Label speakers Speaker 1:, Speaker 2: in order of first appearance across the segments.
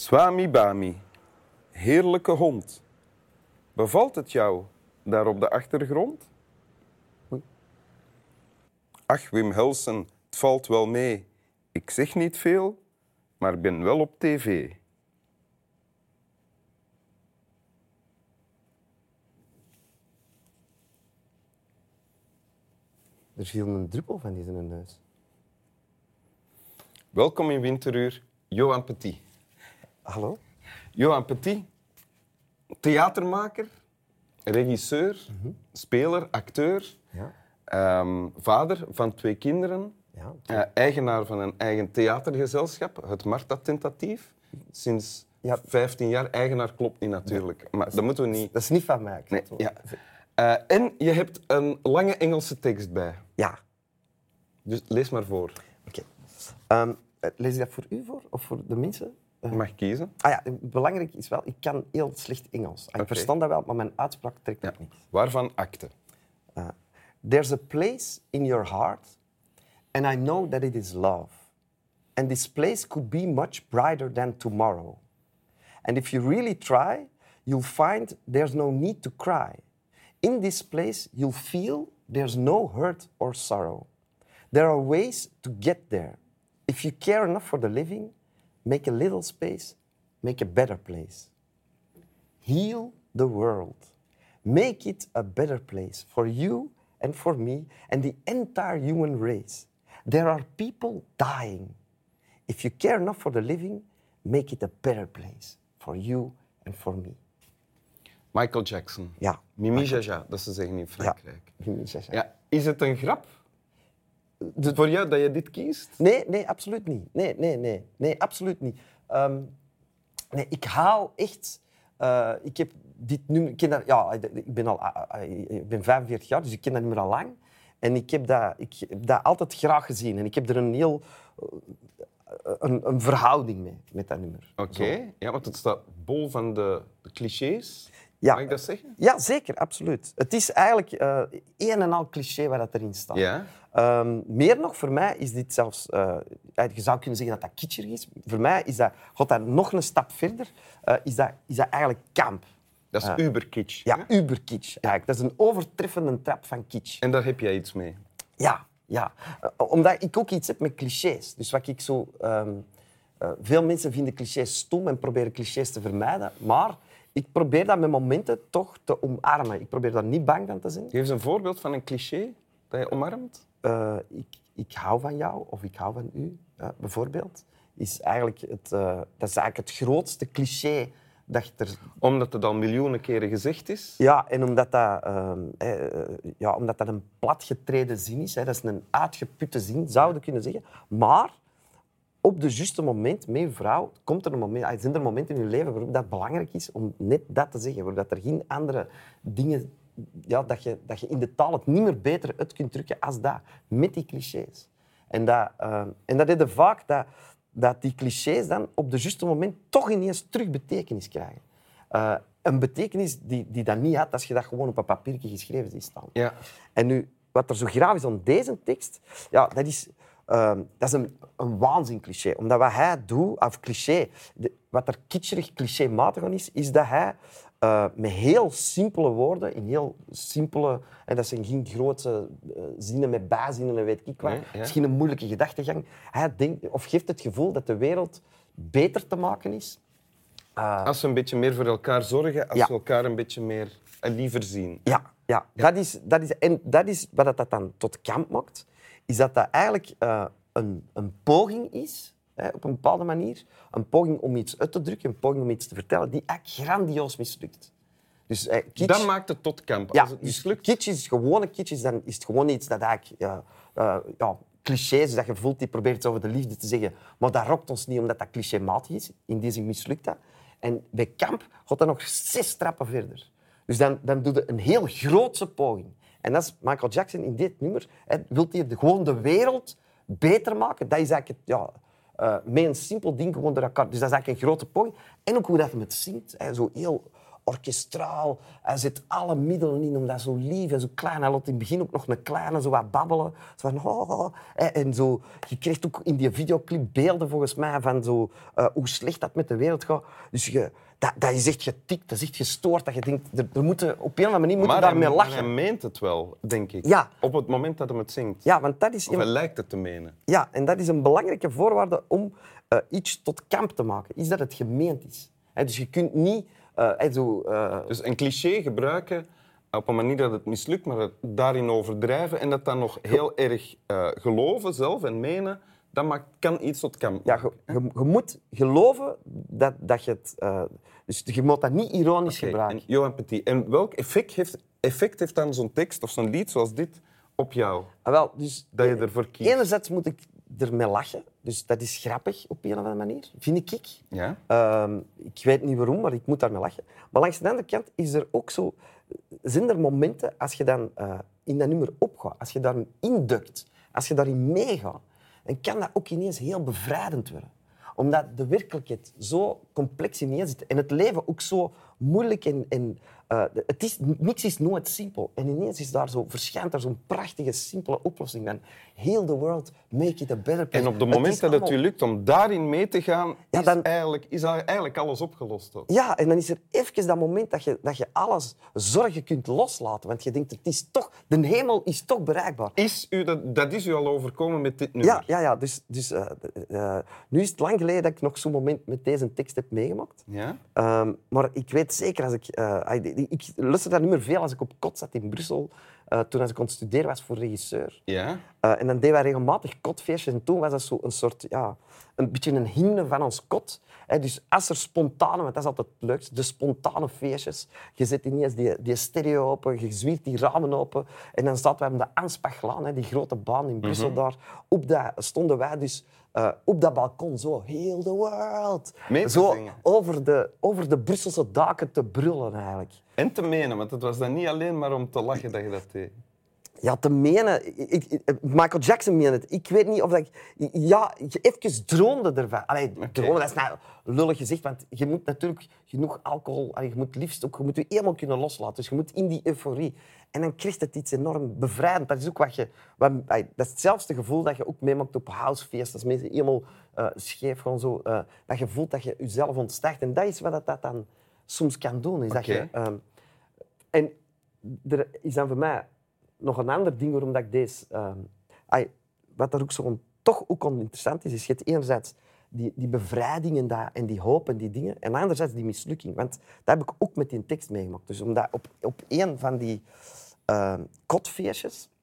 Speaker 1: Swami Bami, heerlijke hond. Bevalt het jou daar op de achtergrond? Ach, Wim Helsen, het valt wel mee. Ik zeg niet veel, maar ben wel op tv.
Speaker 2: Er viel een druppel van die in zijn neus.
Speaker 1: Welkom in Winteruur, Johan Petit.
Speaker 2: Hallo?
Speaker 1: Johan Petit, theatermaker, regisseur, speler, acteur, vader van 2 kinderen, eigenaar van een eigen theatergezelschap, het Marta-tentatief. Sinds 15 jaar. Eigenaar klopt niet natuurlijk, maar dat moeten we niet...
Speaker 2: Dat is niet van mij.
Speaker 1: Nee, ja. En je hebt een lange Engelse tekst bij.
Speaker 2: Ja.
Speaker 1: Dus lees maar voor.
Speaker 2: Oké. Lees ik dat voor u voor of voor de mensen?
Speaker 1: Je mag kiezen.
Speaker 2: Belangrijk is wel, ik kan heel slecht Engels. Ik verstand dat wel, maar mijn uitspraak trekt ook niet.
Speaker 1: Waarvan akte?
Speaker 2: There's a place in your heart, and I know that it is love. And this place could be much brighter than tomorrow. And if you really try, you'll find there's no need to cry. In this place, you'll feel there's no hurt or sorrow. There are ways to get there. If you care enough for the living, make a little space, make a better place. Heal the world. Make it a better place for you and for me and the entire human race. There are people dying. If you care enough for the living, make it a better place for you and for me.
Speaker 1: Michael Jackson.
Speaker 2: Ja.
Speaker 1: Mimi Jaja, dat ze zeggen in Frankrijk.
Speaker 2: Ja, Mimi Jaja.
Speaker 1: Ja. Is het een grap? Voor jou dat je dit kiest?
Speaker 2: Nee, absoluut niet. Nee, absoluut niet. Nee, ik hou echt... ik heb dit nummer... Ik ben 45 jaar, dus ik ken dat nummer al lang. En ik heb dat altijd graag gezien. En ik heb er een heel... Een verhouding mee, met dat nummer.
Speaker 1: Oké. Ja, want het staat bol van de clichés.
Speaker 2: Ja.
Speaker 1: Mag ik dat zeggen?
Speaker 2: Ja, zeker, absoluut. Het is eigenlijk een en al cliché wat erin staat.
Speaker 1: Ja.
Speaker 2: Meer nog, voor mij is dit zelfs... je zou kunnen zeggen dat dat kitscherig is. Voor mij gaat dat nog een stap verder. Is dat eigenlijk kamp.
Speaker 1: Dat is uberkitsch.
Speaker 2: Ja, uberkitsch. Eigenlijk. Dat is een overtreffende trap van kitsch.
Speaker 1: En daar heb jij iets mee?
Speaker 2: Ja. Omdat ik ook iets heb met clichés. Dus wat ik zo... veel mensen vinden clichés stom en proberen clichés te vermijden. Maar ik probeer dat met momenten toch te omarmen. Ik probeer daar niet bang van te zijn.
Speaker 1: Geef eens een voorbeeld van een cliché dat je omarmt.
Speaker 2: Ik hou van jou of ik hou van u, bijvoorbeeld. Dat is eigenlijk het grootste cliché dat er...
Speaker 1: Omdat het al miljoenen keren gezegd is?
Speaker 2: Ja, en omdat dat een platgetreden zin is. Dat is een uitgeputte zin, zouden we kunnen zeggen. Maar op de juiste moment, met je vrouw, zijn er momenten in je leven waarop dat belangrijk is om net dat te zeggen. Waarop er geen andere dingen... Ja, dat je in de taal het niet meer beter uit kunt drukken als dat. Met die clichés. En dat is vaak dat die clichés dan op de juiste moment toch ineens terug betekenis krijgen. Een betekenis die dat niet had als je dat gewoon op een papiertje geschreven ziet staan.
Speaker 1: Ja.
Speaker 2: En nu, wat er zo graaf is aan deze tekst, dat is een waanzin-cliché. Omdat wat hij doet, of cliché, wat er kitscherig, clichématig aan is dat hij met heel simpele woorden, in heel simpele... En dat zijn geen grote zinnen met bijzinnen en weet ik wat. Misschien een moeilijke gedachtegang. Hij denkt, of geeft het gevoel dat de wereld beter te maken is.
Speaker 1: Als we een beetje meer voor elkaar zorgen, als we elkaar een beetje meer liever zien.
Speaker 2: Ja. Dat is wat dat dan tot kamp maakt. Is dat eigenlijk een poging is... op een bepaalde manier, een poging om iets uit te drukken, een poging om iets te vertellen, die eigenlijk grandioos mislukt. Dus, kitsch,
Speaker 1: dat maakt het tot kamp. Als het mislukt...
Speaker 2: Kitsch is gewone kitsch, dan is het gewoon iets dat eigenlijk... clichés, dat je voelt, die probeert iets over de liefde te zeggen, maar dat rokt ons niet omdat dat clichématig is. In die zin mislukt dat. En bij kamp gaat dat nog 6 trappen verder. Dus dan doe je een heel grootse poging. En dat is Michael Jackson in dit nummer. Wil hij gewoon de wereld beter maken? Dat is eigenlijk met een simpel ding gewoon door elkaar. Dus dat is eigenlijk een grote poging. En ook hoe dat hij het zingt. Zo heel orkestraal. Hij zet alle middelen in om dat zo lief en zo klein. Hij laat in het begin ook nog een kleine zo wat babbelen. Zo van, en zo, je krijgt ook in die videoclip beelden volgens mij van zo, hoe slecht dat met de wereld gaat. Dus dat is echt getikt, dat is echt gestoord. Dat je denkt, er moeten, op een of andere manier moeten daarmee lachen.
Speaker 1: Maar hij meent het wel, denk ik.
Speaker 2: Ja.
Speaker 1: Op het moment dat hij het zingt.
Speaker 2: Ja, want dat is
Speaker 1: Of hij lijkt het te menen.
Speaker 2: Ja, en dat is een belangrijke voorwaarde om iets tot kamp te maken. Is dat het gemeend is. Dus je kunt niet...
Speaker 1: Dus een cliché gebruiken op een manier dat het mislukt, maar het daarin overdrijven en dat dan nog heel erg geloven zelf en menen, dat kan iets tot kamp maken.
Speaker 2: Ja, je moet geloven dat je het... dus je moet dat niet ironisch gebruiken.
Speaker 1: En Johan Petit, en welk effect heeft dan zo'n tekst of zo'n lied zoals dit op jou?
Speaker 2: Wel, dus
Speaker 1: dat je ervoor kiest?
Speaker 2: Enerzijds moet ik ermee lachen. Dus dat is grappig op een of andere manier, vind ik.
Speaker 1: Ja?
Speaker 2: Ik weet niet waarom, maar ik moet daarmee lachen. Maar langs de andere kant is er ook zo... Zijn er momenten, als je dan in dat nummer opgaat, als je daarin induikt, als je daarin meegaat, dan kan dat ook ineens heel bevrijdend worden. Omdat de werkelijkheid zo complex ineen zit en het leven ook zo moeilijk en niks is nooit simpel. En ineens verschijnt daar zo'n prachtige, simpele oplossing van heel the world, make it a better place.
Speaker 1: En op het moment dat het je lukt om daarin mee te gaan,
Speaker 2: ja,
Speaker 1: is eigenlijk alles opgelost. Hoor.
Speaker 2: Ja, en dan is er even dat moment dat je alles zorgen kunt loslaten. Want je denkt, het is toch, de hemel is toch bereikbaar.
Speaker 1: Dat is u al overkomen met dit nummer?
Speaker 2: Ja. Dus nu is het lang geleden dat ik nog zo'n moment met deze tekst heb meegemaakt.
Speaker 1: Ja?
Speaker 2: Maar ik weet zeker, als ik luisterde dat nummer veel als ik op kot zat in Brussel, toen als ik aan het studeren was voor regisseur.
Speaker 1: Ja?
Speaker 2: En dan deden wij regelmatig kotfeestjes. En toen was dat zo een soort, een beetje een hymne van ons kot. Dus als er spontane, want dat is altijd het leukste, de spontane feestjes. Je zet ineens die stereo open, je zwiert die ramen open. En dan zaten wij op de Anspachlaan, die grote baan in Brussel daar. Stonden wij dus op dat balkon, zo, heal the world. Zo over de Brusselse daken te brullen eigenlijk.
Speaker 1: En te menen, want het was dan niet alleen maar om te lachen dat je dat deed.
Speaker 2: Ja, te menen. Michael Jackson meende het. Ik weet niet of dat ik... Ja, even droomde ervan. Dromen, dat is nou lullig gezegd, want je moet natuurlijk genoeg alcohol... je moet liefst ook... Je moet je helemaal kunnen loslaten. Dus je moet in die euforie. En dan krijgt het iets enorm bevrijdend. Dat is ook dat is hetzelfde gevoel dat je ook meemaakt op housefeest. Als mensen helemaal scheef gewoon zo... dat je voelt dat je jezelf ontstijgt. En dat is wat dat dan soms kan doen. Is dat je, en er is dan voor mij... Nog een ander ding waarom dat ik deze... wat er ook zo toch ook interessant is je hebt enerzijds die bevrijding en die hoop en die dingen, en anderzijds die mislukking. Want dat heb ik ook met die tekst meegemaakt. Dus omdat op een van die kotfeestjes...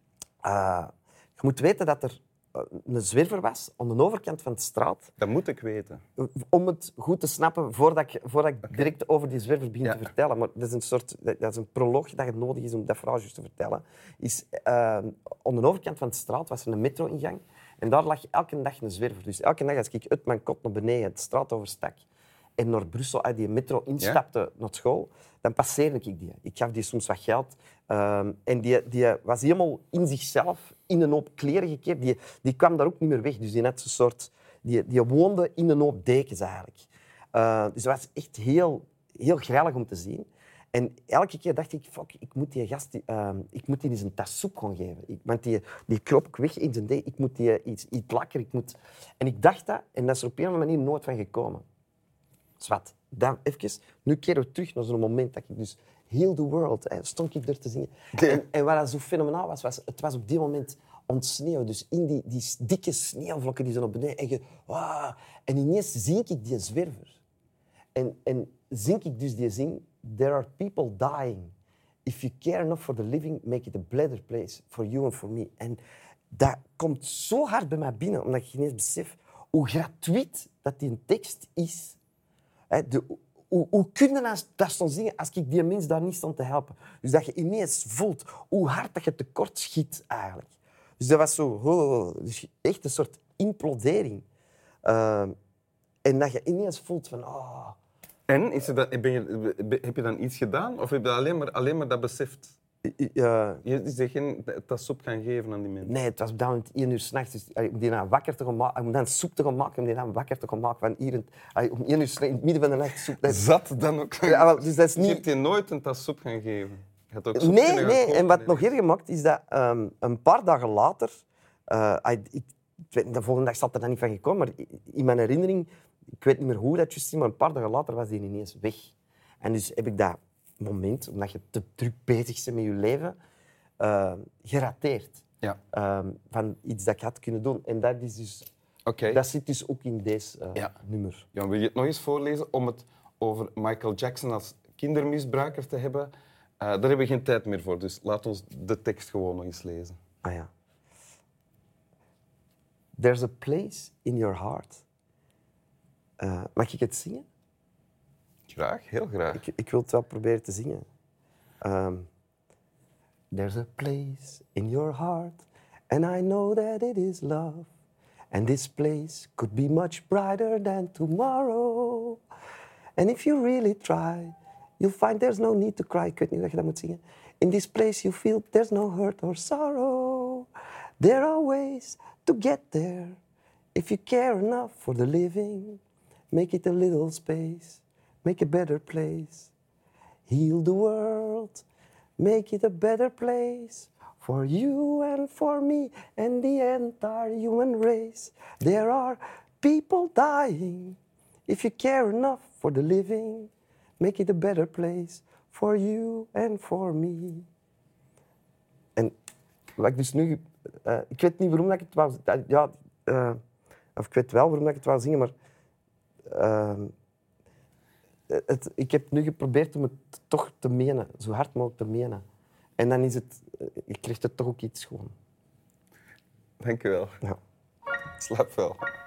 Speaker 2: je moet weten dat er een zwerver was aan de overkant van de straat.
Speaker 1: Dat moet ik weten.
Speaker 2: Om het goed te snappen, voordat ik direct over die zwerver begin te vertellen. Maar dat is een proloog dat het nodig is om dat verhaal juist te vertellen. Aan de overkant van de straat was er een metro-ingang. En daar lag elke dag een zwerver. Dus elke dag als ik uit mijn kot naar beneden de straat overstak en naar Brussel uit die metro instapte naar school, dan passeerde ik die. Ik gaf die soms wat geld. En die was helemaal in zichzelf, in een hoop kleren gekeerd. Die kwam daar ook niet meer weg. Dus die had een soort... Die woonde in een hoop dekens eigenlijk. Dus dat was echt heel, heel grillig om te zien. En elke keer dacht ik, fuck, ik moet die gast ik moet die eens een tas soep gaan geven. Want die kroop ik weg in zijn deken. Ik moet die iets lakker. En ik dacht dat, en dat is er op een of andere manier nooit van gekomen. Zwat, dan even. Nu keren we terug naar zo'n moment dat ik dus Heal the World, stond ik er te zingen. En wat zo fenomenaal was, het was op die moment ontsneeuwd. Dus in die dikke sneeuwvlokken die zo naar beneden. En ineens zing ik die zwerver. En zing ik dus die zin, there are people dying. If you care enough for the living, make it a better place for you and for me. En dat komt zo hard bij mij binnen, omdat ik ineens besef hoe gratuit dat die tekst is. Hoe kun je dat stond zingen als ik die mens daar niet stond te helpen? Dus dat je ineens voelt hoe hard dat je tekort schiet eigenlijk. Dus dat was zo... Dus echt een soort implodering. En dat je ineens voelt van...
Speaker 1: En heb je dan iets gedaan? Of heb je alleen maar dat beseft? Je zegt geen dat soep gaan geven aan die mensen?
Speaker 2: Nee, het was op dat moment 1 uur 's nachts. Dus, om die dan wakker te gaan maken, om dan soep te gaan maken, om die dan wakker te gaan maken. Van hier om 1 uur 's nachts, in het midden van de nacht soep.
Speaker 1: Zat dan ook?
Speaker 2: Ja, dus dat is
Speaker 1: Je
Speaker 2: niet...
Speaker 1: hebt je nooit een tas soep gaan geven? Je had ook soep
Speaker 2: Nee,
Speaker 1: kunnen gaan
Speaker 2: nee.
Speaker 1: koken,
Speaker 2: En wat
Speaker 1: nee.
Speaker 2: nog erger maakt, is dat een paar dagen later... de volgende dag zat er dan niet van gekomen, maar in mijn herinnering... Ik weet niet meer hoe dat juist is, maar een paar dagen later was die ineens weg. En dus heb ik dat moment, omdat je te druk bezig bent met je leven, gerateerd.
Speaker 1: Ja.
Speaker 2: Van iets dat ik had kunnen doen. En dat, is dus,
Speaker 1: Oké.
Speaker 2: dat zit dus ook in deze nummer.
Speaker 1: Ja, wil je het nog eens voorlezen om het over Michael Jackson als kindermisbruiker te hebben? Daar hebben we geen tijd meer voor, dus laat ons de tekst gewoon nog eens lezen.
Speaker 2: Ah ja. There's a place in your heart. Mag ik het zingen?
Speaker 1: Graag, heel graag.
Speaker 2: Ik wil het wel proberen te zingen. There's a place in your heart, and I know that it is love. And this place could be much brighter than tomorrow. And if you really try, you'll find there's no need to cry. Ik weet niet hoe je dat moet zingen. In this place you feel there's no hurt or sorrow. There are ways to get there. If you care enough for the living, make it a little space. Make a better place. Heal the world. Make it a better place. For you and for me and the entire human race. There are people dying. If you care enough for the living, make it a better place. For you and for me. En wat ik dus nu... ik weet niet waarom dat ik het wou... of ik weet wel waarom dat ik het wou zingen, maar... ik heb nu geprobeerd om het toch te menen. Zo hard mogelijk te menen. En dan is het... ik krijg er toch ook iets gewoon.
Speaker 1: Dank je wel.
Speaker 2: Ja.
Speaker 1: Slaap wel.